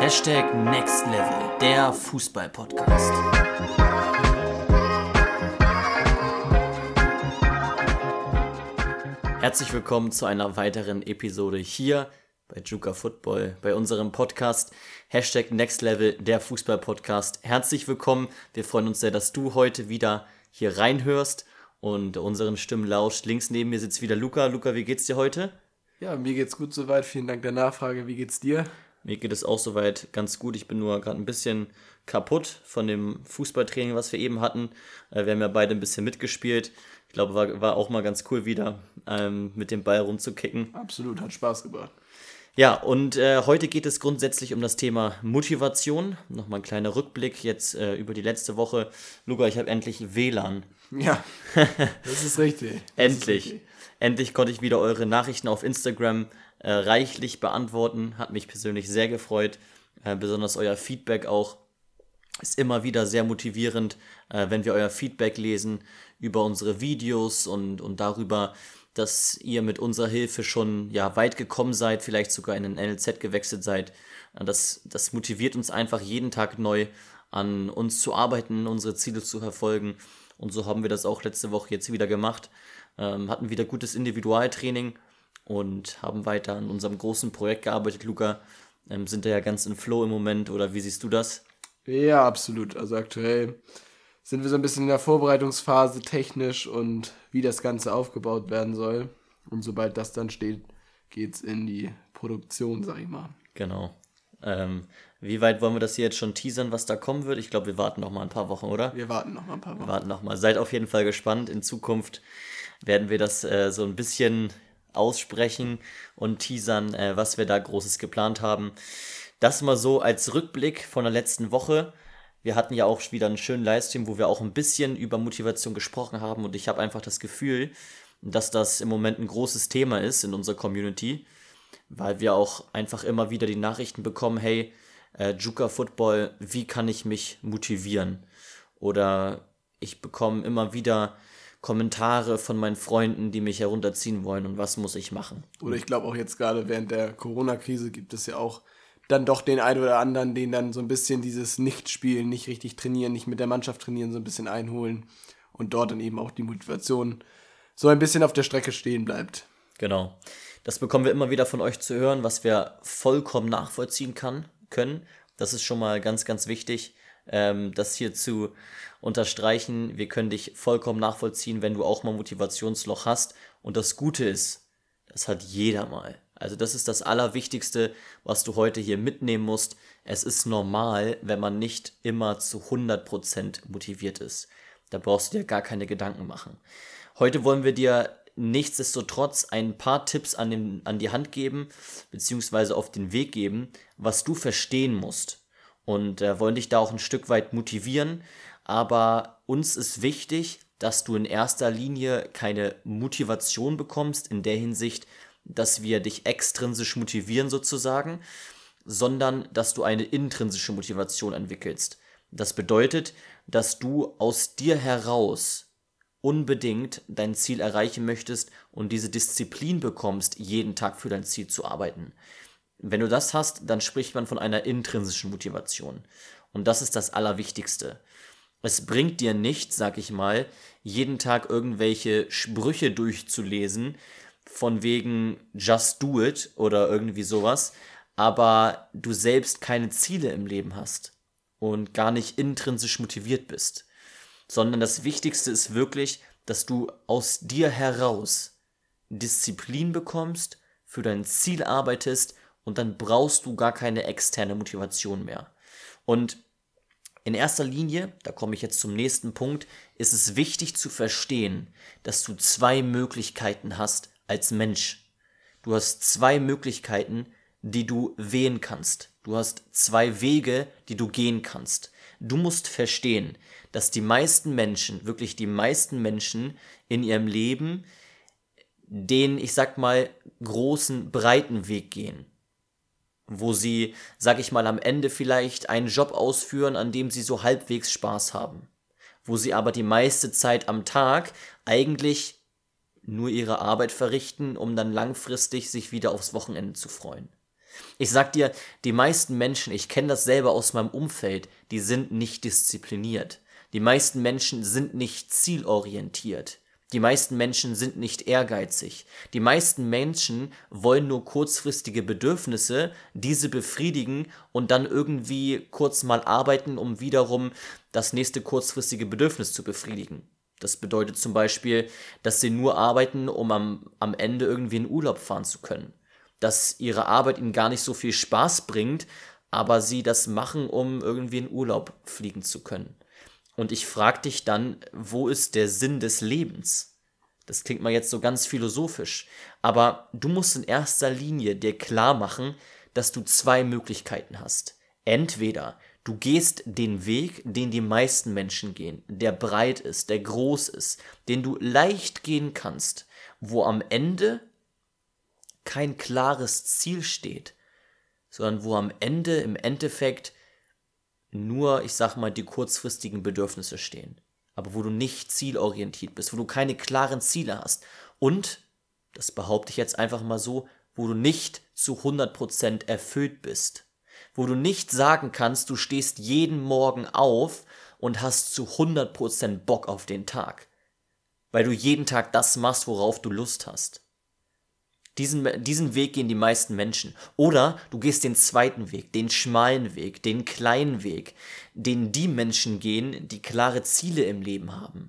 Next Level, der Fußball-Podcast. Herzlich willkommen zu einer weiteren Episode hier bei Juka Football, bei unserem Podcast Next Level, der Fußball-Podcast. Herzlich willkommen, wir freuen uns sehr, dass du heute wieder hier reinhörst und unseren Stimmen lauscht. Links neben mir sitzt wieder Luca. Luca, wie geht's dir heute? Ja, mir geht's gut soweit. Vielen Dank der Nachfrage. Wie geht's dir? Mir geht es auch soweit ganz gut. Ich bin nur gerade ein bisschen kaputt von dem Fußballtraining, was wir eben hatten. Wir haben ja beide ein bisschen mitgespielt. Ich glaube, war auch mal ganz cool wieder, mit dem Ball rumzukicken. Absolut, hat Spaß gemacht. Ja, und heute geht es grundsätzlich um das Thema Motivation. Nochmal ein kleiner Rückblick jetzt über die letzte Woche. Luca, ich habe endlich WLAN. Ja, das ist richtig. Endlich konnte ich wieder eure Nachrichten auf Instagram reichlich beantworten. Hat mich persönlich sehr gefreut. Besonders euer Feedback auch. Ist immer wieder sehr motivierend, wenn wir euer Feedback lesen über unsere Videos und darüber, dass ihr mit unserer Hilfe schon weit gekommen seid, vielleicht sogar in den NLZ gewechselt seid. Das motiviert uns einfach jeden Tag neu, an uns zu arbeiten, unsere Ziele zu verfolgen. Und so haben wir das auch letzte Woche jetzt wieder gemacht. Hatten wieder gutes Individualtraining und haben weiter an unserem großen Projekt gearbeitet. Luca, sind da ja ganz in Flow im Moment, oder wie siehst du das? Ja, absolut. Also aktuell sind wir so ein bisschen in der Vorbereitungsphase technisch und wie das Ganze aufgebaut werden soll. Und sobald das dann steht, geht's in die Produktion, sag ich mal. Genau. Wie weit wollen wir das hier jetzt schon teasern, was da kommen wird? Ich glaube, wir warten noch mal ein paar Wochen, oder? Wir warten noch mal ein paar Wochen. Seid auf jeden Fall gespannt. In Zukunft werden wir das so ein bisschen aussprechen und teasern, was wir da Großes geplant haben. Das mal so als Rückblick von der letzten Woche. Wir hatten ja auch wieder einen schönen Livestream, wo wir auch ein bisschen über Motivation gesprochen haben, und ich habe einfach das Gefühl, dass das im Moment ein großes Thema ist in unserer Community, weil wir auch einfach immer wieder die Nachrichten bekommen, hey, Juka Football, wie kann ich mich motivieren? Oder ich bekomme immer wieder Kommentare von meinen Freunden, die mich herunterziehen wollen, und was muss ich machen? Oder ich glaube auch jetzt gerade während der Corona-Krise gibt es ja auch dann doch den einen oder anderen, den dann so ein bisschen dieses Nicht-Spielen, nicht richtig trainieren, nicht mit der Mannschaft trainieren, so ein bisschen einholen und dort dann eben auch die Motivation so ein bisschen auf der Strecke stehen bleibt. Genau. Das bekommen wir immer wieder von euch zu hören, was wir vollkommen nachvollziehen können. Das ist schon mal ganz, ganz wichtig, das hier zu unterstreichen. Wir können dich vollkommen nachvollziehen, wenn du auch mal Motivationsloch hast. Und das Gute ist, das hat jeder mal. Also das ist das Allerwichtigste, was du heute hier mitnehmen musst. Es ist normal, wenn man nicht immer zu 100% motiviert ist. Da brauchst du dir gar keine Gedanken machen. Heute wollen wir dir nichtsdestotrotz ein paar Tipps an die Hand geben, beziehungsweise auf den Weg geben, was du verstehen musst. Und wollen dich da auch ein Stück weit motivieren. Aber uns ist wichtig, dass du in erster Linie keine Motivation bekommst, in der Hinsicht, dass wir dich extrinsisch motivieren sozusagen, sondern dass du eine intrinsische Motivation entwickelst. Das bedeutet, dass du aus dir heraus unbedingt dein Ziel erreichen möchtest und diese Disziplin bekommst, jeden Tag für dein Ziel zu arbeiten. Wenn du das hast, dann spricht man von einer intrinsischen Motivation. Und das ist das Allerwichtigste. Es bringt dir nichts, sag ich mal, jeden Tag irgendwelche Sprüche durchzulesen, von wegen just do it oder irgendwie sowas, aber du selbst keine Ziele im Leben hast und gar nicht intrinsisch motiviert bist. Sondern das Wichtigste ist wirklich, dass du aus dir heraus Disziplin bekommst, für dein Ziel arbeitest, und dann brauchst du gar keine externe Motivation mehr. Und in erster Linie, da komme ich jetzt zum nächsten Punkt, ist es wichtig zu verstehen, dass du zwei Möglichkeiten hast als Mensch. Du hast zwei Möglichkeiten, die du wählen kannst. Du hast zwei Wege, die du gehen kannst. Du musst verstehen, dass die meisten Menschen, wirklich die meisten Menschen in ihrem Leben den, ich sag mal, großen, breiten Weg gehen. Wo sie, sag ich mal, am Ende vielleicht einen Job ausführen, an dem sie so halbwegs Spaß haben. Wo sie aber die meiste Zeit am Tag eigentlich nur ihre Arbeit verrichten, um dann langfristig sich wieder aufs Wochenende zu freuen. Ich sag dir, die meisten Menschen, ich kenne das selber aus meinem Umfeld, die sind nicht diszipliniert. Die meisten Menschen sind nicht zielorientiert. Die meisten Menschen sind nicht ehrgeizig. Die meisten Menschen wollen nur kurzfristige Bedürfnisse, diese befriedigen und dann irgendwie kurz mal arbeiten, um wiederum das nächste kurzfristige Bedürfnis zu befriedigen. Das bedeutet zum Beispiel, dass sie nur arbeiten, um am Ende irgendwie in Urlaub fahren zu können. Dass ihre Arbeit ihnen gar nicht so viel Spaß bringt, aber sie das machen, um irgendwie in Urlaub fliegen zu können. Und ich frage dich dann, wo ist der Sinn des Lebens? Das klingt mal jetzt so ganz philosophisch, aber du musst in erster Linie dir klar machen, dass du zwei Möglichkeiten hast. Entweder du gehst den Weg, den die meisten Menschen gehen, der breit ist, der groß ist, den du leicht gehen kannst, wo am Ende kein klares Ziel steht, sondern wo am Ende im Endeffekt nur, ich sag mal, die kurzfristigen Bedürfnisse stehen. Aber wo du nicht zielorientiert bist, wo du keine klaren Ziele hast. Und, das behaupte ich jetzt einfach mal so, wo du nicht zu 100% erfüllt bist. Wo du nicht sagen kannst, du stehst jeden Morgen auf und hast zu 100% Bock auf den Tag. Weil du jeden Tag das machst, worauf du Lust hast. Diesen Weg gehen die meisten Menschen. Oder du gehst den zweiten Weg, den schmalen Weg, den kleinen Weg, den die Menschen gehen, die klare Ziele im Leben haben.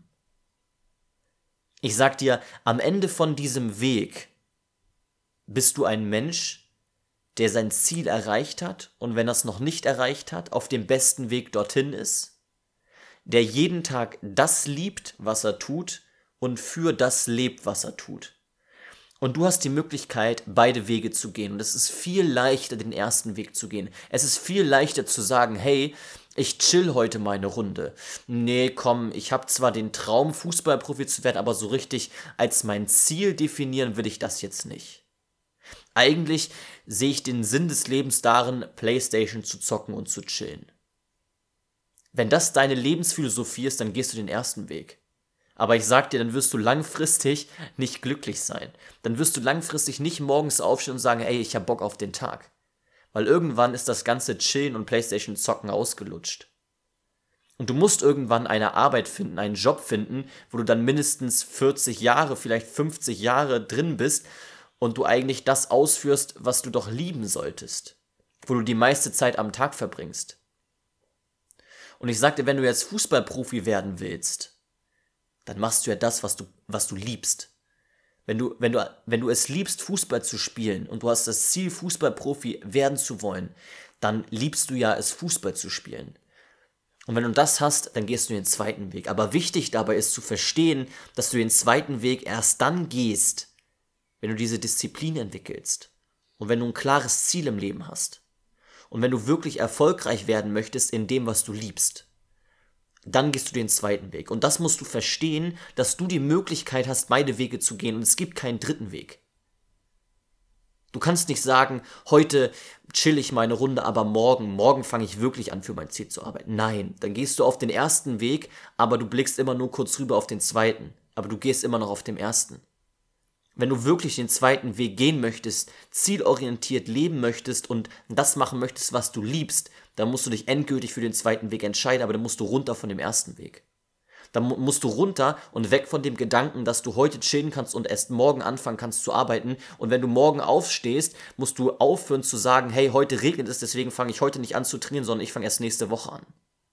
Ich sag dir, am Ende von diesem Weg bist du ein Mensch, der sein Ziel erreicht hat und wenn er es noch nicht erreicht hat, auf dem besten Weg dorthin ist, der jeden Tag das liebt, was er tut und für das lebt, was er tut. Und du hast die Möglichkeit, beide Wege zu gehen. Und es ist viel leichter, den ersten Weg zu gehen. Es ist viel leichter zu sagen, hey, ich chill heute mal eine Runde. Nee, komm, ich habe zwar den Traum, Fußballprofi zu werden, aber so richtig als mein Ziel definieren will ich das jetzt nicht. Eigentlich sehe ich den Sinn des Lebens darin, PlayStation zu zocken und zu chillen. Wenn das deine Lebensphilosophie ist, dann gehst du den ersten Weg. Aber ich sag dir, dann wirst du langfristig nicht glücklich sein. Dann wirst du langfristig nicht morgens aufstehen und sagen, ey, ich hab Bock auf den Tag. Weil irgendwann ist das ganze Chillen und Playstation zocken ausgelutscht. Und du musst irgendwann eine Arbeit finden, einen Job finden, wo du dann mindestens 40 Jahre, vielleicht 50 Jahre drin bist und du eigentlich das ausführst, was du doch lieben solltest. Wo du die meiste Zeit am Tag verbringst. Und ich sag dir, wenn du jetzt Fußballprofi werden willst, dann machst du ja das, was du liebst. Wenn du es liebst, Fußball zu spielen und du hast das Ziel, Fußballprofi werden zu wollen, dann liebst du ja es, Fußball zu spielen. Und wenn du das hast, dann gehst du den zweiten Weg. Aber wichtig dabei ist zu verstehen, dass du den zweiten Weg erst dann gehst, wenn du diese Disziplin entwickelst und wenn du ein klares Ziel im Leben hast und wenn du wirklich erfolgreich werden möchtest in dem, was du liebst. Dann gehst du den zweiten Weg. Und das musst du verstehen, dass du die Möglichkeit hast, beide Wege zu gehen und es gibt keinen dritten Weg. Du kannst nicht sagen, heute chill ich meine Runde, aber morgen fange ich wirklich an, für mein Ziel zu arbeiten. Nein, dann gehst du auf den ersten Weg, aber du blickst immer nur kurz rüber auf den zweiten. Aber du gehst immer noch auf dem ersten. Wenn du wirklich den zweiten Weg gehen möchtest, zielorientiert leben möchtest und das machen möchtest, was du liebst, dann musst du dich endgültig für den zweiten Weg entscheiden, aber dann musst du runter von dem ersten Weg. Dann musst du runter und weg von dem Gedanken, dass du heute chillen kannst und erst morgen anfangen kannst zu arbeiten. Und wenn du morgen aufstehst, musst du aufhören zu sagen, hey, heute regnet es, deswegen fange ich heute nicht an zu trainieren, sondern ich fange erst nächste Woche an.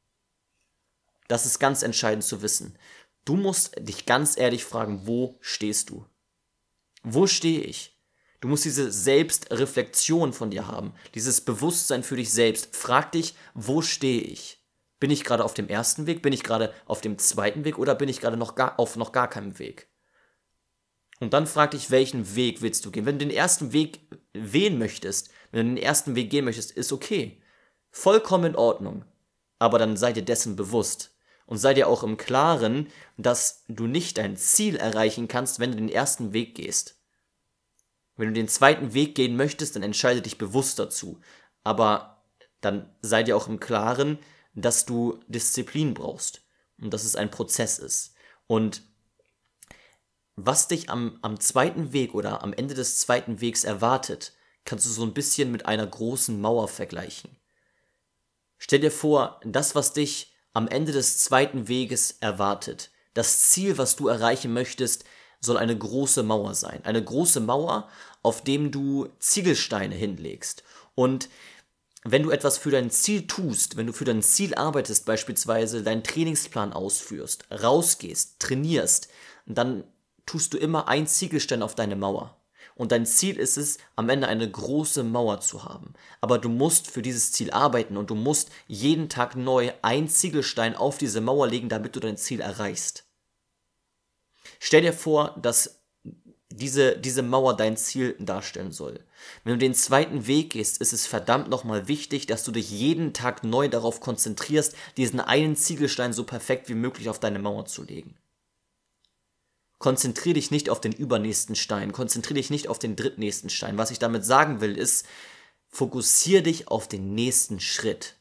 Das ist ganz entscheidend zu wissen. Du musst dich ganz ehrlich fragen, wo stehst du? Wo stehe ich? Du musst diese Selbstreflexion von dir haben, dieses Bewusstsein für dich selbst. Frag dich, wo stehe ich? Bin ich gerade auf dem ersten Weg? Bin ich gerade auf dem zweiten Weg? Oder bin ich gerade auf noch gar keinem Weg? Und dann frag dich, welchen Weg willst du gehen? Wenn du den ersten Weg wählen möchtest, wenn du den ersten Weg gehen möchtest, ist okay. Vollkommen in Ordnung. Aber dann sei dir dessen bewusst. Und sei dir auch im Klaren, dass du nicht dein Ziel erreichen kannst, wenn du den ersten Weg gehst. Wenn du den zweiten Weg gehen möchtest, dann entscheide dich bewusst dazu. Aber dann sei dir auch im Klaren, dass du Disziplin brauchst und dass es ein Prozess ist. Und was dich am zweiten Weg oder am Ende des zweiten Wegs erwartet, kannst du so ein bisschen mit einer großen Mauer vergleichen. Stell dir vor, das, was dich am Ende des zweiten Weges erwartet, das Ziel, was du erreichen möchtest, soll eine große Mauer sein. Eine große Mauer, auf dem du Ziegelsteine hinlegst. Und wenn du etwas für dein Ziel tust, wenn du für dein Ziel arbeitest, beispielsweise deinen Trainingsplan ausführst, rausgehst, trainierst, dann tust du immer einen Ziegelstein auf deine Mauer. Und dein Ziel ist es, am Ende eine große Mauer zu haben. Aber du musst für dieses Ziel arbeiten und du musst jeden Tag neu einen Ziegelstein auf diese Mauer legen, damit du dein Ziel erreichst. Stell dir vor, dass diese Mauer dein Ziel darstellen soll. Wenn du den zweiten Weg gehst, ist es verdammt nochmal wichtig, dass du dich jeden Tag neu darauf konzentrierst, diesen einen Ziegelstein so perfekt wie möglich auf deine Mauer zu legen. Konzentriere dich nicht auf den übernächsten Stein, konzentriere dich nicht auf den drittnächsten Stein. Was ich damit sagen will, ist, fokussiere dich auf den nächsten Schritt.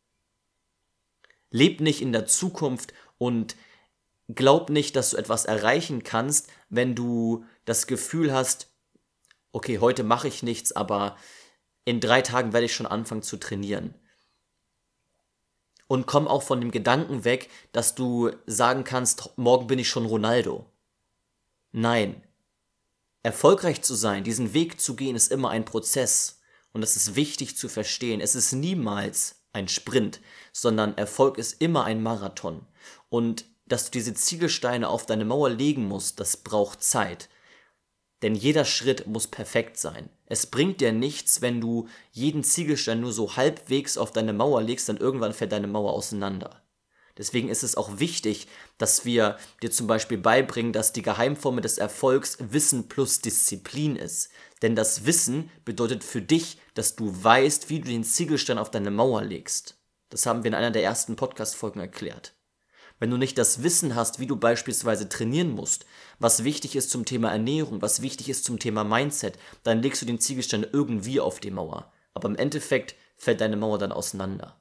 Leb nicht in der Zukunft und glaub nicht, dass du etwas erreichen kannst, wenn du das Gefühl hast, okay, heute mache ich nichts, aber in 3 Tagen werde ich schon anfangen zu trainieren. Und komm auch von dem Gedanken weg, dass du sagen kannst, morgen bin ich schon Ronaldo. Nein. Erfolgreich zu sein, diesen Weg zu gehen, ist immer ein Prozess. Und das ist wichtig zu verstehen. Es ist niemals ein Sprint, sondern Erfolg ist immer ein Marathon. Und dass du diese Ziegelsteine auf deine Mauer legen musst, das braucht Zeit. Denn jeder Schritt muss perfekt sein. Es bringt dir nichts, wenn du jeden Ziegelstein nur so halbwegs auf deine Mauer legst, dann irgendwann fällt deine Mauer auseinander. Deswegen ist es auch wichtig, dass wir dir zum Beispiel beibringen, dass die Geheimformel des Erfolgs Wissen plus Disziplin ist. Denn das Wissen bedeutet für dich, dass du weißt, wie du den Ziegelstein auf deine Mauer legst. Das haben wir in einer der ersten Podcast-Folgen erklärt. Wenn du nicht das Wissen hast, wie du beispielsweise trainieren musst, was wichtig ist zum Thema Ernährung, was wichtig ist zum Thema Mindset, dann legst du den Ziegelstein irgendwie auf die Mauer. Aber im Endeffekt fällt deine Mauer dann auseinander.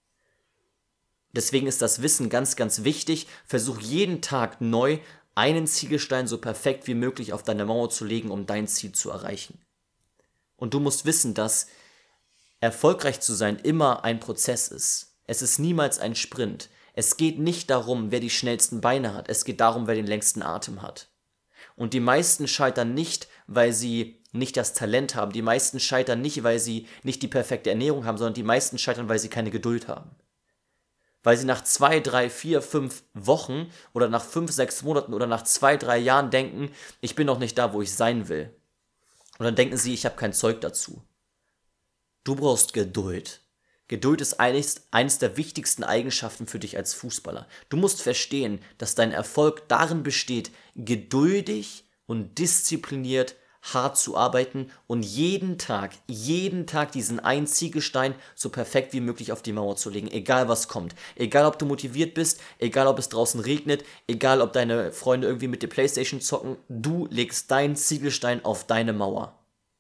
Deswegen ist das Wissen ganz, ganz wichtig. Versuch jeden Tag neu einen Ziegelstein so perfekt wie möglich auf deine Mauer zu legen, um dein Ziel zu erreichen. Und du musst wissen, dass erfolgreich zu sein immer ein Prozess ist. Es ist niemals ein Sprint. Es geht nicht darum, wer die schnellsten Beine hat. Es geht darum, wer den längsten Atem hat. Und die meisten scheitern nicht, weil sie nicht das Talent haben. Die meisten scheitern nicht, weil sie nicht die perfekte Ernährung haben, sondern die meisten scheitern, weil sie keine Geduld haben. Weil sie nach 2, 3, 4, 5 Wochen oder nach 5, 6 Monaten oder nach 2, 3 Jahren denken, ich bin noch nicht da, wo ich sein will. Und dann denken sie, ich habe kein Zeug dazu. Du brauchst Geduld. Geduld ist eines der wichtigsten Eigenschaften für dich als Fußballer. Du musst verstehen, dass dein Erfolg darin besteht, geduldig und diszipliniert hart zu arbeiten und jeden Tag diesen einen Ziegelstein so perfekt wie möglich auf die Mauer zu legen, egal was kommt. Egal ob du motiviert bist, egal ob es draußen regnet, egal ob deine Freunde irgendwie mit der Playstation zocken, du legst deinen Ziegelstein auf deine Mauer.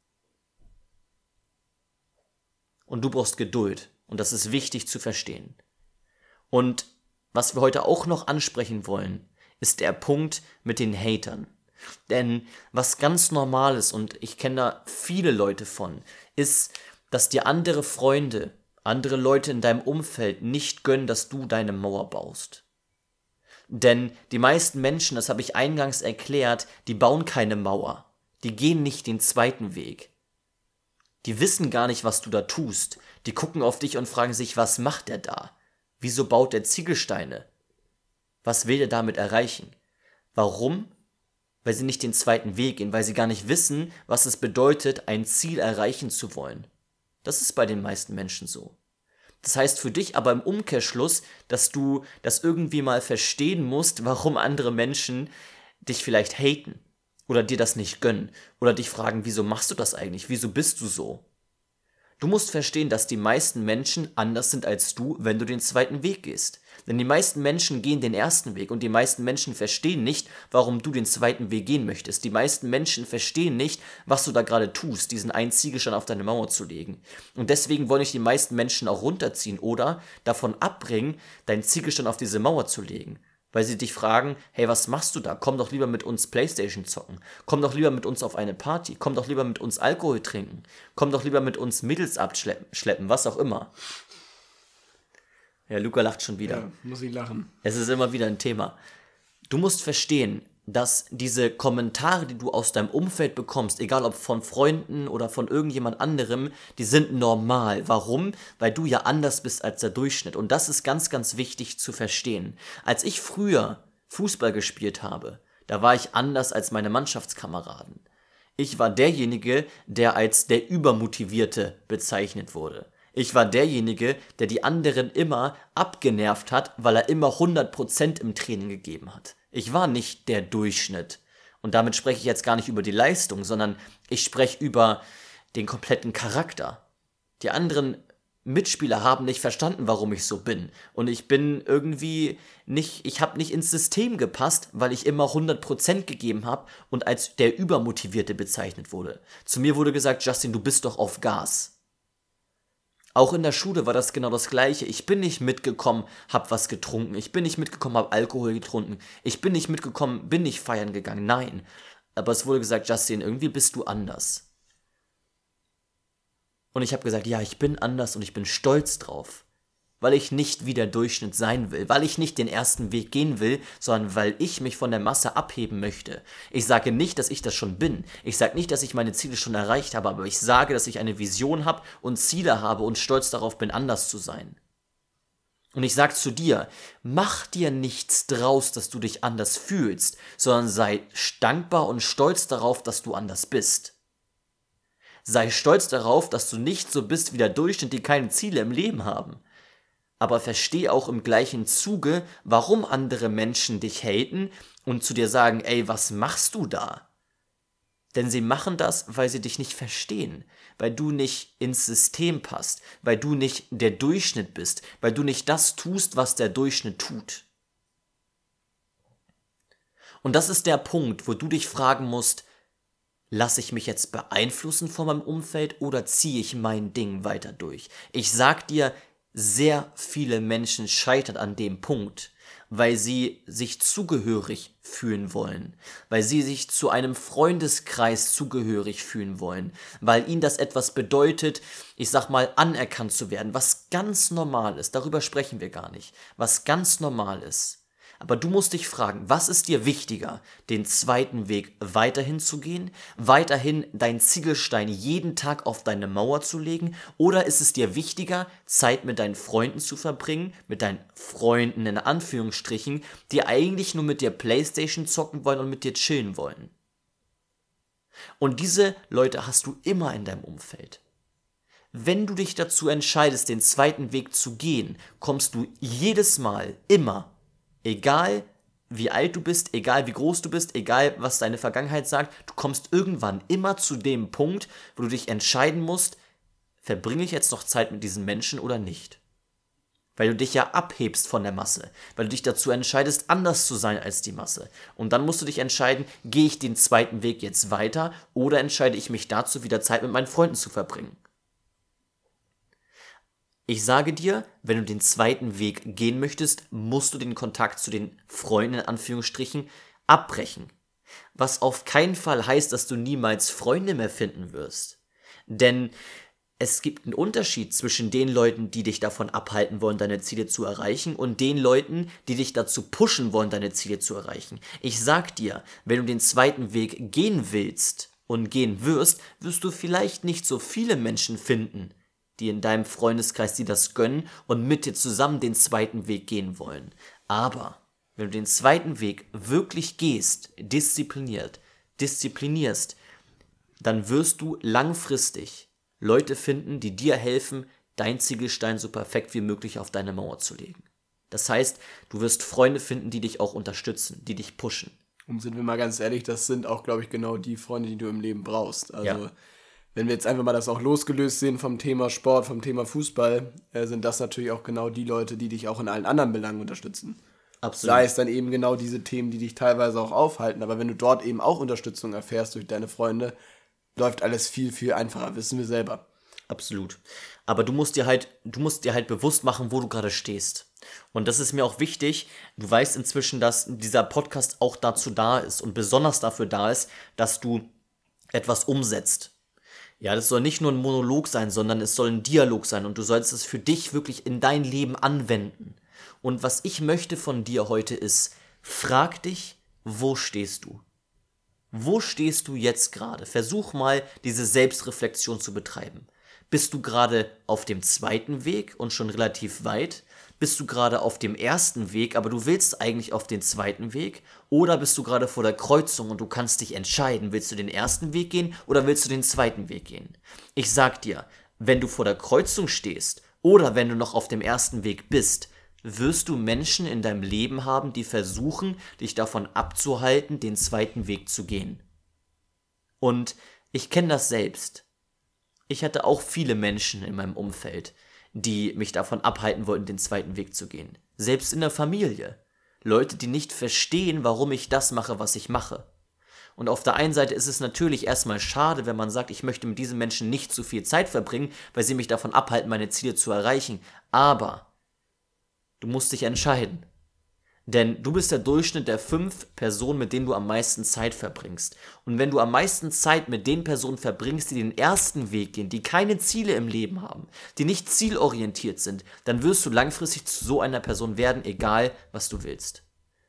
Und du brauchst Geduld. Und das ist wichtig zu verstehen. Und was wir heute auch noch ansprechen wollen, ist der Punkt mit den Hatern. Denn was ganz normal ist, und ich kenne da viele Leute von, ist, dass dir andere Freunde, andere Leute in deinem Umfeld nicht gönnen, dass du deine Mauer baust. Denn die meisten Menschen, das habe ich eingangs erklärt, die bauen keine Mauer. Die gehen nicht den zweiten Weg. Die wissen gar nicht, was du da tust. Die gucken auf dich und fragen sich, was macht er da? Wieso baut er Ziegelsteine? Was will er damit erreichen? Warum? Weil sie nicht den zweiten Weg gehen, weil sie gar nicht wissen, was es bedeutet, ein Ziel erreichen zu wollen. Das ist bei den meisten Menschen so. Das heißt für dich aber im Umkehrschluss, dass du das irgendwie mal verstehen musst, warum andere Menschen dich vielleicht haten oder dir das nicht gönnen oder dich fragen, wieso machst du das eigentlich? Wieso bist du so? Du musst verstehen, dass die meisten Menschen anders sind als du, wenn du den zweiten Weg gehst. Denn die meisten Menschen gehen den ersten Weg und die meisten Menschen verstehen nicht, warum du den zweiten Weg gehen möchtest. Die meisten Menschen verstehen nicht, was du da gerade tust, diesen einen Ziegelstein auf deine Mauer zu legen. Und deswegen wollen dich die meisten Menschen auch runterziehen oder davon abbringen, deinen Ziegelstein auf diese Mauer zu legen. Weil sie dich fragen, hey, was machst du da? Komm doch lieber mit uns Playstation zocken. Komm doch lieber mit uns auf eine Party. Komm doch lieber mit uns Alkohol trinken. Komm doch lieber mit uns Mädels abschleppen, was auch immer. Ja, Luca lacht schon wieder. Ja, muss ich lachen. Es ist immer wieder ein Thema. Du musst verstehen, dass diese Kommentare, die du aus deinem Umfeld bekommst, egal ob von Freunden oder von irgendjemand anderem, die sind normal. Warum? Weil du ja anders bist als der Durchschnitt. Und das ist ganz, ganz wichtig zu verstehen. Als ich früher Fußball gespielt habe, da war ich anders als meine Mannschaftskameraden. Ich war derjenige, der als der Übermotivierte bezeichnet wurde. Ich war derjenige, der die anderen immer abgenervt hat, weil er immer 100% im Training gegeben hat. Ich war nicht der Durchschnitt. Und damit spreche ich jetzt gar nicht über die Leistung, sondern ich spreche über den kompletten Charakter. Die anderen Mitspieler haben nicht verstanden, warum ich so bin. Und ich bin irgendwie nicht, ich habe nicht ins System gepasst, weil ich immer 100% gegeben habe und als der Übermotivierte bezeichnet wurde. Zu mir wurde gesagt, Justin, du bist doch auf Gas. Auch in der Schule war das genau das Gleiche. Ich bin nicht mitgekommen, hab was getrunken. Ich bin nicht mitgekommen, hab Alkohol getrunken. Ich bin nicht mitgekommen, bin nicht feiern gegangen. Nein. Aber es wurde gesagt, Justin, irgendwie bist du anders. Und ich habe gesagt, ja, ich bin anders und ich bin stolz drauf. Weil ich nicht wie der Durchschnitt sein will, weil ich nicht den ersten Weg gehen will, sondern weil ich mich von der Masse abheben möchte. Ich sage nicht, dass ich das schon bin. Ich sage nicht, dass ich meine Ziele schon erreicht habe, aber ich sage, dass ich eine Vision habe und Ziele habe und stolz darauf bin, anders zu sein. Und ich sage zu dir, mach dir nichts draus, dass du dich anders fühlst, sondern sei dankbar und stolz darauf, dass du anders bist. Sei stolz darauf, dass du nicht so bist wie der Durchschnitt, die keine Ziele im Leben haben. Aber versteh auch im gleichen Zuge, warum andere Menschen dich haten und zu dir sagen, ey, was machst du da? Denn sie machen das, weil sie dich nicht verstehen, weil du nicht ins System passt, weil du nicht der Durchschnitt bist, weil du nicht das tust, was der Durchschnitt tut. Und das ist der Punkt, wo du dich fragen musst, lasse ich mich jetzt beeinflussen von meinem Umfeld oder ziehe ich mein Ding weiter durch? Ich sag dir, sehr viele Menschen scheitern an dem Punkt, weil sie sich zugehörig fühlen wollen, weil sie sich zu einem Freundeskreis zugehörig fühlen wollen, weil ihnen das etwas bedeutet, ich sag mal, anerkannt zu werden, was ganz normal ist, darüber sprechen wir gar nicht, was ganz normal ist. Aber du musst dich fragen, was ist dir wichtiger, den zweiten Weg weiterhin zu gehen, weiterhin deinen Ziegelstein jeden Tag auf deine Mauer zu legen, oder ist es dir wichtiger, Zeit mit deinen Freunden zu verbringen, mit deinen Freunden in Anführungsstrichen, die eigentlich nur mit dir Playstation zocken wollen und mit dir chillen wollen? Und diese Leute hast du immer in deinem Umfeld. Wenn du dich dazu entscheidest, den zweiten Weg zu gehen, kommst du jedes Mal, immer, egal wie alt du bist, egal wie groß du bist, egal was deine Vergangenheit sagt, du kommst irgendwann immer zu dem Punkt, wo du dich entscheiden musst, verbringe ich jetzt noch Zeit mit diesen Menschen oder nicht? Weil du dich ja abhebst von der Masse, weil du dich dazu entscheidest, anders zu sein als die Masse. Und dann musst du dich entscheiden, gehe ich den zweiten Weg jetzt weiter oder entscheide ich mich dazu, wieder Zeit mit meinen Freunden zu verbringen? Ich sage dir, wenn du den zweiten Weg gehen möchtest, musst du den Kontakt zu den Freunden in Anführungsstrichen abbrechen. Was auf keinen Fall heißt, dass du niemals Freunde mehr finden wirst. Denn es gibt einen Unterschied zwischen den Leuten, die dich davon abhalten wollen, deine Ziele zu erreichen, und den Leuten, die dich dazu pushen wollen, deine Ziele zu erreichen. Ich sag dir, wenn du den zweiten Weg gehen willst und gehen wirst, wirst du vielleicht nicht so viele Menschen finden, die in deinem Freundeskreis dir das gönnen und mit dir zusammen den zweiten Weg gehen wollen. Aber wenn du den zweiten Weg wirklich gehst, disziplinierst, dann wirst du langfristig Leute finden, die dir helfen, dein Ziegelstein so perfekt wie möglich auf deine Mauer zu legen. Das heißt, du wirst Freunde finden, die dich auch unterstützen, die dich pushen. Und sind wir mal ganz ehrlich, das sind auch, glaube ich, genau die Freunde, die du im Leben brauchst. Also Ja. Wenn wir jetzt einfach mal das auch losgelöst sehen vom Thema Sport, vom Thema Fußball, sind das natürlich auch genau die Leute, die dich auch in allen anderen Belangen unterstützen. Absolut. Sei es dann eben genau diese Themen, die dich teilweise auch aufhalten. Aber wenn du dort eben auch Unterstützung erfährst durch deine Freunde, läuft alles viel, viel einfacher, wissen wir selber. Absolut. Aber du musst dir halt bewusst machen, wo du gerade stehst. Und das ist mir auch wichtig. Du weißt inzwischen, dass dieser Podcast auch dazu da ist und besonders dafür da ist, dass du etwas umsetzt. Ja, das soll nicht nur ein Monolog sein, sondern es soll ein Dialog sein und du sollst es für dich wirklich in dein Leben anwenden. Und was ich möchte von dir heute ist, frag dich, wo stehst du? Wo stehst du jetzt gerade? Versuch mal, diese Selbstreflexion zu betreiben. Bist du gerade auf dem zweiten Weg und schon relativ weit? Bist du gerade auf dem ersten Weg, aber du willst eigentlich auf den zweiten Weg? Oder bist du gerade vor der Kreuzung und du kannst dich entscheiden, willst du den ersten Weg gehen oder willst du den zweiten Weg gehen? Ich sag dir, wenn du vor der Kreuzung stehst oder wenn du noch auf dem ersten Weg bist, wirst du Menschen in deinem Leben haben, die versuchen, dich davon abzuhalten, den zweiten Weg zu gehen. Und ich kenne das selbst. Ich hatte auch viele Menschen in meinem Umfeld, die mich davon abhalten wollten, den zweiten Weg zu gehen. Selbst in der Familie. Leute, die nicht verstehen, warum ich das mache, was ich mache. Und auf der einen Seite ist es natürlich erstmal schade, wenn man sagt, ich möchte mit diesen Menschen nicht zu viel Zeit verbringen, weil sie mich davon abhalten, meine Ziele zu erreichen. Aber du musst dich entscheiden. Denn du bist der Durchschnitt der 5 Personen, mit denen du am meisten Zeit verbringst. Und wenn du am meisten Zeit mit den Personen verbringst, die den ersten Weg gehen, die keine Ziele im Leben haben, die nicht zielorientiert sind, dann wirst du langfristig zu so einer Person werden, egal was du willst.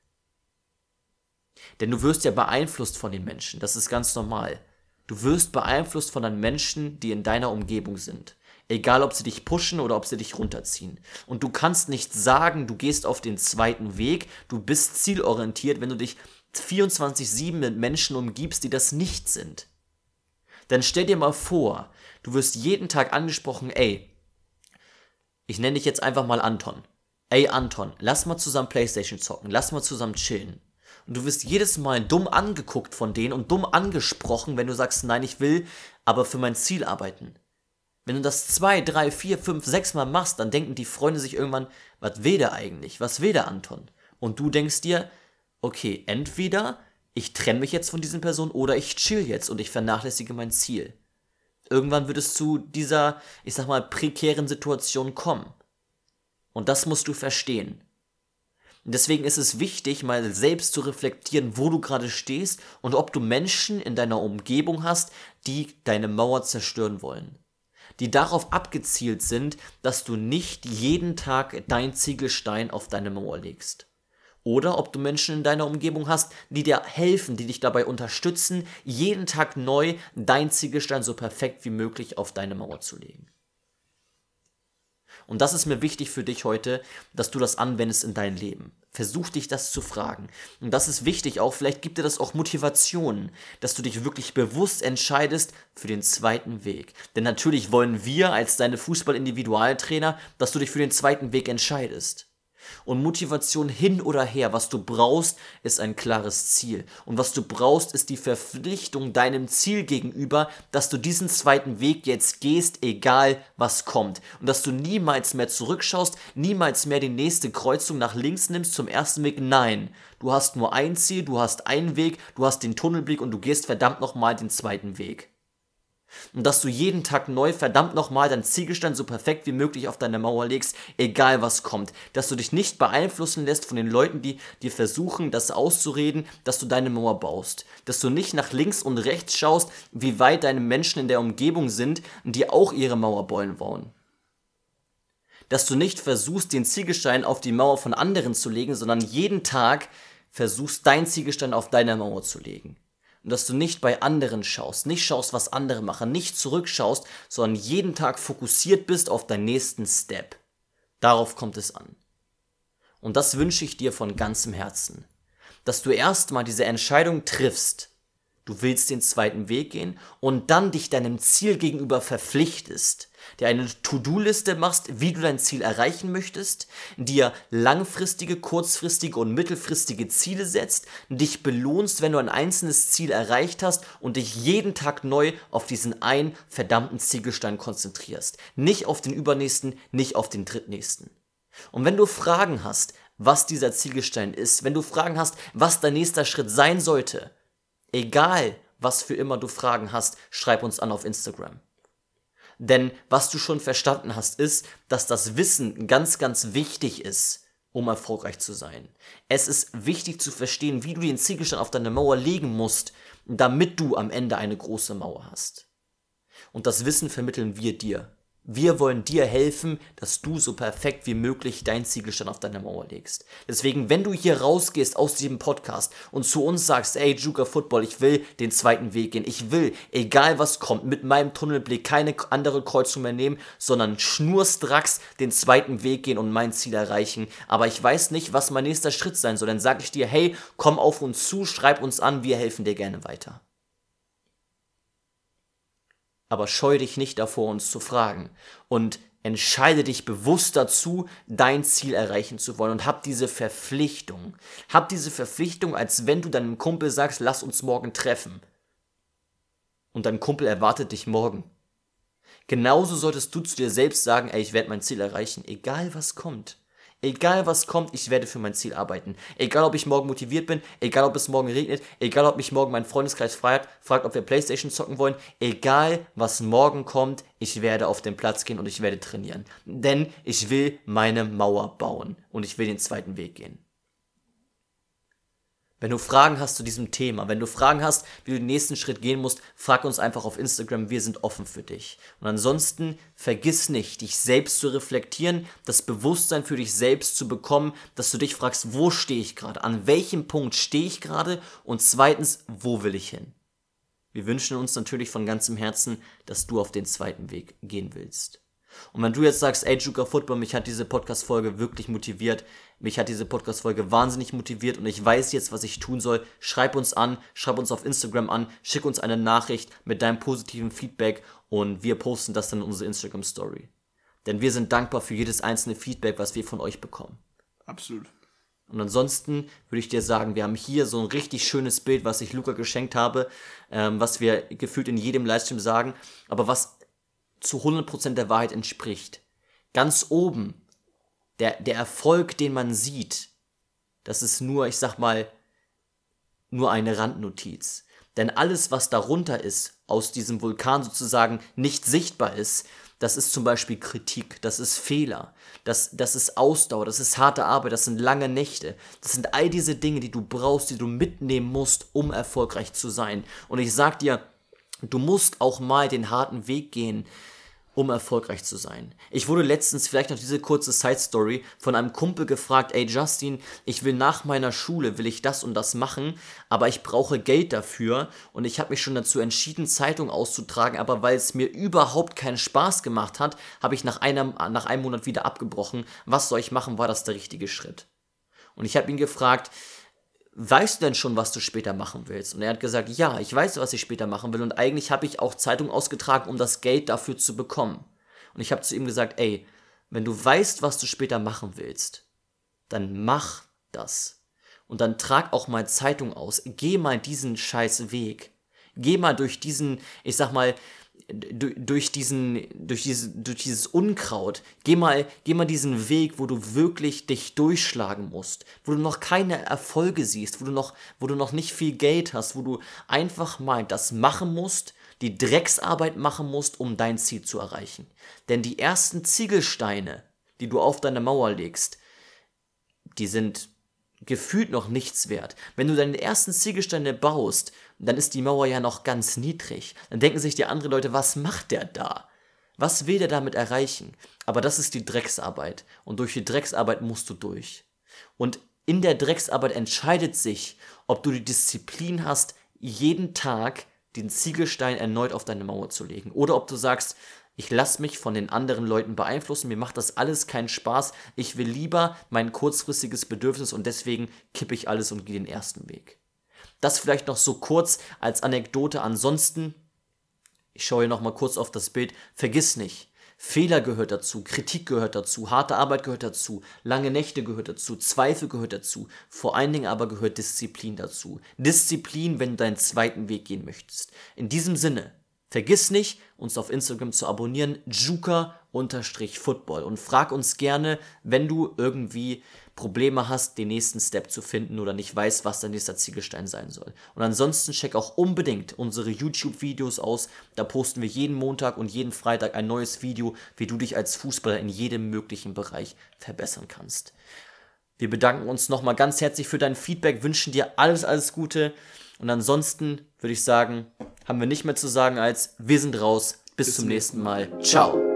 Denn du wirst ja beeinflusst von den Menschen, das ist ganz normal. Du wirst beeinflusst von den Menschen, die in deiner Umgebung sind. Egal, ob sie dich pushen oder ob sie dich runterziehen. Und du kannst nicht sagen, du gehst auf den zweiten Weg, du bist zielorientiert, wenn du dich 24/7 mit Menschen umgibst, die das nicht sind. Dann stell dir mal vor, du wirst jeden Tag angesprochen, ey, ich nenne dich jetzt einfach mal Anton. Ey Anton, lass mal zusammen Playstation zocken, lass mal zusammen chillen. Und du wirst jedes Mal dumm angeguckt von denen und dumm angesprochen, wenn du sagst, nein, ich will aber für mein Ziel arbeiten. Wenn du das 2, 3, 4, 5, 6 Mal machst, dann denken die Freunde sich irgendwann, was will der eigentlich? Was will der Anton? Und du denkst dir, okay, entweder ich trenne mich jetzt von diesen Personen oder ich chill jetzt und ich vernachlässige mein Ziel. Irgendwann wird es zu dieser, ich sag mal, prekären Situation kommen. Und das musst du verstehen. Und deswegen ist es wichtig, mal selbst zu reflektieren, wo du gerade stehst und ob du Menschen in deiner Umgebung hast, die deine Mauer zerstören wollen. Die darauf abgezielt sind, dass du nicht jeden Tag dein Ziegelstein auf deine Mauer legst. Oder ob du Menschen in deiner Umgebung hast, die dir helfen, die dich dabei unterstützen, jeden Tag neu dein Ziegelstein so perfekt wie möglich auf deine Mauer zu legen. Und das ist mir wichtig für dich heute, dass du das anwendest in dein Leben. Versuch dich das zu fragen. Und das ist wichtig auch, vielleicht gibt dir das auch Motivation, dass du dich wirklich bewusst entscheidest für den zweiten Weg. Denn natürlich wollen wir als deine Fußball-Individualtrainer, dass du dich für den zweiten Weg entscheidest. Und Motivation hin oder her, was du brauchst, ist ein klares Ziel. Und was du brauchst, ist die Verpflichtung deinem Ziel gegenüber, dass du diesen zweiten Weg jetzt gehst, egal was kommt. Und dass du niemals mehr zurückschaust, niemals mehr die nächste Kreuzung nach links nimmst zum ersten Weg. Nein, du hast nur ein Ziel, du hast einen Weg, du hast den Tunnelblick und du gehst verdammt nochmal den zweiten Weg. Und dass du jeden Tag neu verdammt nochmal dein Ziegelstein so perfekt wie möglich auf deine Mauer legst, egal was kommt. Dass du dich nicht beeinflussen lässt von den Leuten, die dir versuchen, das auszureden, dass du deine Mauer baust. Dass du nicht nach links und rechts schaust, wie weit deine Menschen in der Umgebung sind, die auch ihre Mauer bauen wollen. Dass du nicht versuchst, den Ziegelstein auf die Mauer von anderen zu legen, sondern jeden Tag versuchst, dein Ziegelstein auf deiner Mauer zu legen. Und dass du nicht bei anderen schaust, nicht schaust, was andere machen, nicht zurückschaust, sondern jeden Tag fokussiert bist auf deinen nächsten Step. Darauf kommt es an. Und das wünsche ich dir von ganzem Herzen. Dass du erstmal diese Entscheidung triffst, du willst den zweiten Weg gehen und dann dich deinem Ziel gegenüber verpflichtest, dir eine To-Do-Liste machst, wie du dein Ziel erreichen möchtest, dir langfristige, kurzfristige und mittelfristige Ziele setzt, dich belohnst, wenn du ein einzelnes Ziel erreicht hast und dich jeden Tag neu auf diesen einen verdammten Ziegelstein konzentrierst. Nicht auf den übernächsten, nicht auf den drittnächsten. Und wenn du Fragen hast, was dieser Ziegelstein ist, wenn du Fragen hast, was dein nächster Schritt sein sollte, egal was für immer du Fragen hast, schreib uns an auf Instagram. Denn was du schon verstanden hast, ist, dass das Wissen ganz, ganz wichtig ist, um erfolgreich zu sein. Es ist wichtig zu verstehen, wie du den Ziegelstein auf deine Mauer legen musst, damit du am Ende eine große Mauer hast. Und das Wissen vermitteln wir dir. Wir wollen dir helfen, dass du so perfekt wie möglich deinen Ziegelstein auf deine Mauer legst. Deswegen, wenn du hier rausgehst aus diesem Podcast und zu uns sagst, ey, Juka Football, ich will den zweiten Weg gehen. Ich will, egal was kommt, mit meinem Tunnelblick keine andere Kreuzung mehr nehmen, sondern schnurstracks den zweiten Weg gehen und mein Ziel erreichen. Aber ich weiß nicht, was mein nächster Schritt sein soll. Dann sage ich dir, hey, komm auf uns zu, schreib uns an, wir helfen dir gerne weiter. Aber scheue dich nicht davor, uns zu fragen und entscheide dich bewusst dazu, dein Ziel erreichen zu wollen und hab diese Verpflichtung. Hab diese Verpflichtung, als wenn du deinem Kumpel sagst, lass uns morgen treffen. Und dein Kumpel erwartet dich morgen. Genauso solltest du zu dir selbst sagen, ey, ich werde mein Ziel erreichen, egal was kommt. Egal was kommt, ich werde für mein Ziel arbeiten. Egal ob ich morgen motiviert bin, egal ob es morgen regnet, egal ob mich morgen mein Freundeskreis fragt, ob wir Playstation zocken wollen, egal was morgen kommt, ich werde auf den Platz gehen und ich werde trainieren. Denn ich will meine Mauer bauen und ich will den zweiten Weg gehen. Wenn du Fragen hast zu diesem Thema, wenn du Fragen hast, wie du den nächsten Schritt gehen musst, frag uns einfach auf Instagram, wir sind offen für dich. Und ansonsten vergiss nicht, dich selbst zu reflektieren, das Bewusstsein für dich selbst zu bekommen, dass du dich fragst, wo stehe ich gerade, an welchem Punkt stehe ich gerade und zweitens, wo will ich hin? Wir wünschen uns natürlich von ganzem Herzen, dass du auf den zweiten Weg gehen willst. Und wenn du jetzt sagst, ey, Juka Football, mich hat diese Podcast-Folge wirklich motiviert, mich hat diese Podcast-Folge wahnsinnig motiviert und ich weiß jetzt, was ich tun soll, schreib uns an, schreib uns auf Instagram an, schick uns eine Nachricht mit deinem positiven Feedback und wir posten das dann in unsere Instagram-Story. Denn wir sind dankbar für jedes einzelne Feedback, was wir von euch bekommen. Absolut. Und ansonsten würde ich dir sagen, wir haben hier so ein richtig schönes Bild, was ich Luca geschenkt habe, was wir gefühlt in jedem Livestream sagen, aber was zu 100% der Wahrheit entspricht. Ganz oben, der Erfolg, den man sieht, das ist nur, ich sag mal, nur eine Randnotiz. Denn alles, was darunter ist, aus diesem Vulkan sozusagen nicht sichtbar ist, das ist zum Beispiel Kritik, das ist Fehler, das ist Ausdauer, das ist harte Arbeit, das sind lange Nächte. Das sind all diese Dinge, die du brauchst, die du mitnehmen musst, um erfolgreich zu sein. Und ich sag dir, du musst auch mal den harten Weg gehen, um erfolgreich zu sein. Ich wurde letztens, vielleicht noch diese kurze Side-Story, von einem Kumpel gefragt, ey Justin, ich will nach meiner Schule, will ich das und das machen, aber ich brauche Geld dafür und ich habe mich schon dazu entschieden, Zeitung auszutragen, aber weil es mir überhaupt keinen Spaß gemacht hat, habe ich nach einem Monat wieder abgebrochen. Was soll ich machen? War das der richtige Schritt? Und ich habe ihn gefragt, weißt du denn schon, was du später machen willst? Und er hat gesagt, ja, ich weiß, was ich später machen will und eigentlich habe ich auch Zeitung ausgetragen, um das Geld dafür zu bekommen. Und ich habe zu ihm gesagt, ey, wenn du weißt, was du später machen willst, dann mach das. Und dann trag auch mal Zeitung aus. Geh mal diesen scheiß Weg. Geh mal durch diesen, ich sag mal, durch dieses Unkraut. Geh mal diesen Weg, wo du wirklich dich durchschlagen musst, wo du noch keine Erfolge siehst, wo du noch nicht viel Geld hast, wo du einfach mal das machen musst, die Drecksarbeit machen musst, um dein Ziel zu erreichen. Denn die ersten Ziegelsteine, die du auf deine Mauer legst, die sind gefühlt noch nichts wert. Wenn du deine ersten Ziegelsteine baust, dann ist die Mauer ja noch ganz niedrig. Dann denken sich die anderen Leute, was macht der da? Was will der damit erreichen? Aber das ist die Drecksarbeit. Und durch die Drecksarbeit musst du durch. Und in der Drecksarbeit entscheidet sich, ob du die Disziplin hast, jeden Tag den Ziegelstein erneut auf deine Mauer zu legen. Oder ob du sagst, ich lasse mich von den anderen Leuten beeinflussen, mir macht das alles keinen Spaß, ich will lieber mein kurzfristiges Bedürfnis und deswegen kippe ich alles und gehe den ersten Weg. Das vielleicht noch so kurz als Anekdote. Ansonsten, ich schaue hier nochmal kurz auf das Bild, vergiss nicht, Fehler gehört dazu, Kritik gehört dazu, harte Arbeit gehört dazu, lange Nächte gehört dazu, Zweifel gehört dazu, vor allen Dingen aber gehört Disziplin dazu. Disziplin, wenn du deinen zweiten Weg gehen möchtest. In diesem Sinne, Vergiss nicht, uns auf Instagram zu abonnieren, juka_football, und frag uns gerne, wenn du irgendwie Probleme hast, den nächsten Step zu finden oder nicht weißt, was dein nächster Ziegelstein sein soll. Und ansonsten check auch unbedingt unsere YouTube-Videos aus. Da posten wir jeden Montag und jeden Freitag ein neues Video, wie du dich als Fußballer in jedem möglichen Bereich verbessern kannst. Wir bedanken uns nochmal ganz herzlich für dein Feedback, wünschen dir alles Gute. Und ansonsten würde ich sagen, haben wir nicht mehr zu sagen als wir sind raus. Bis zum nächsten Mal. Ciao.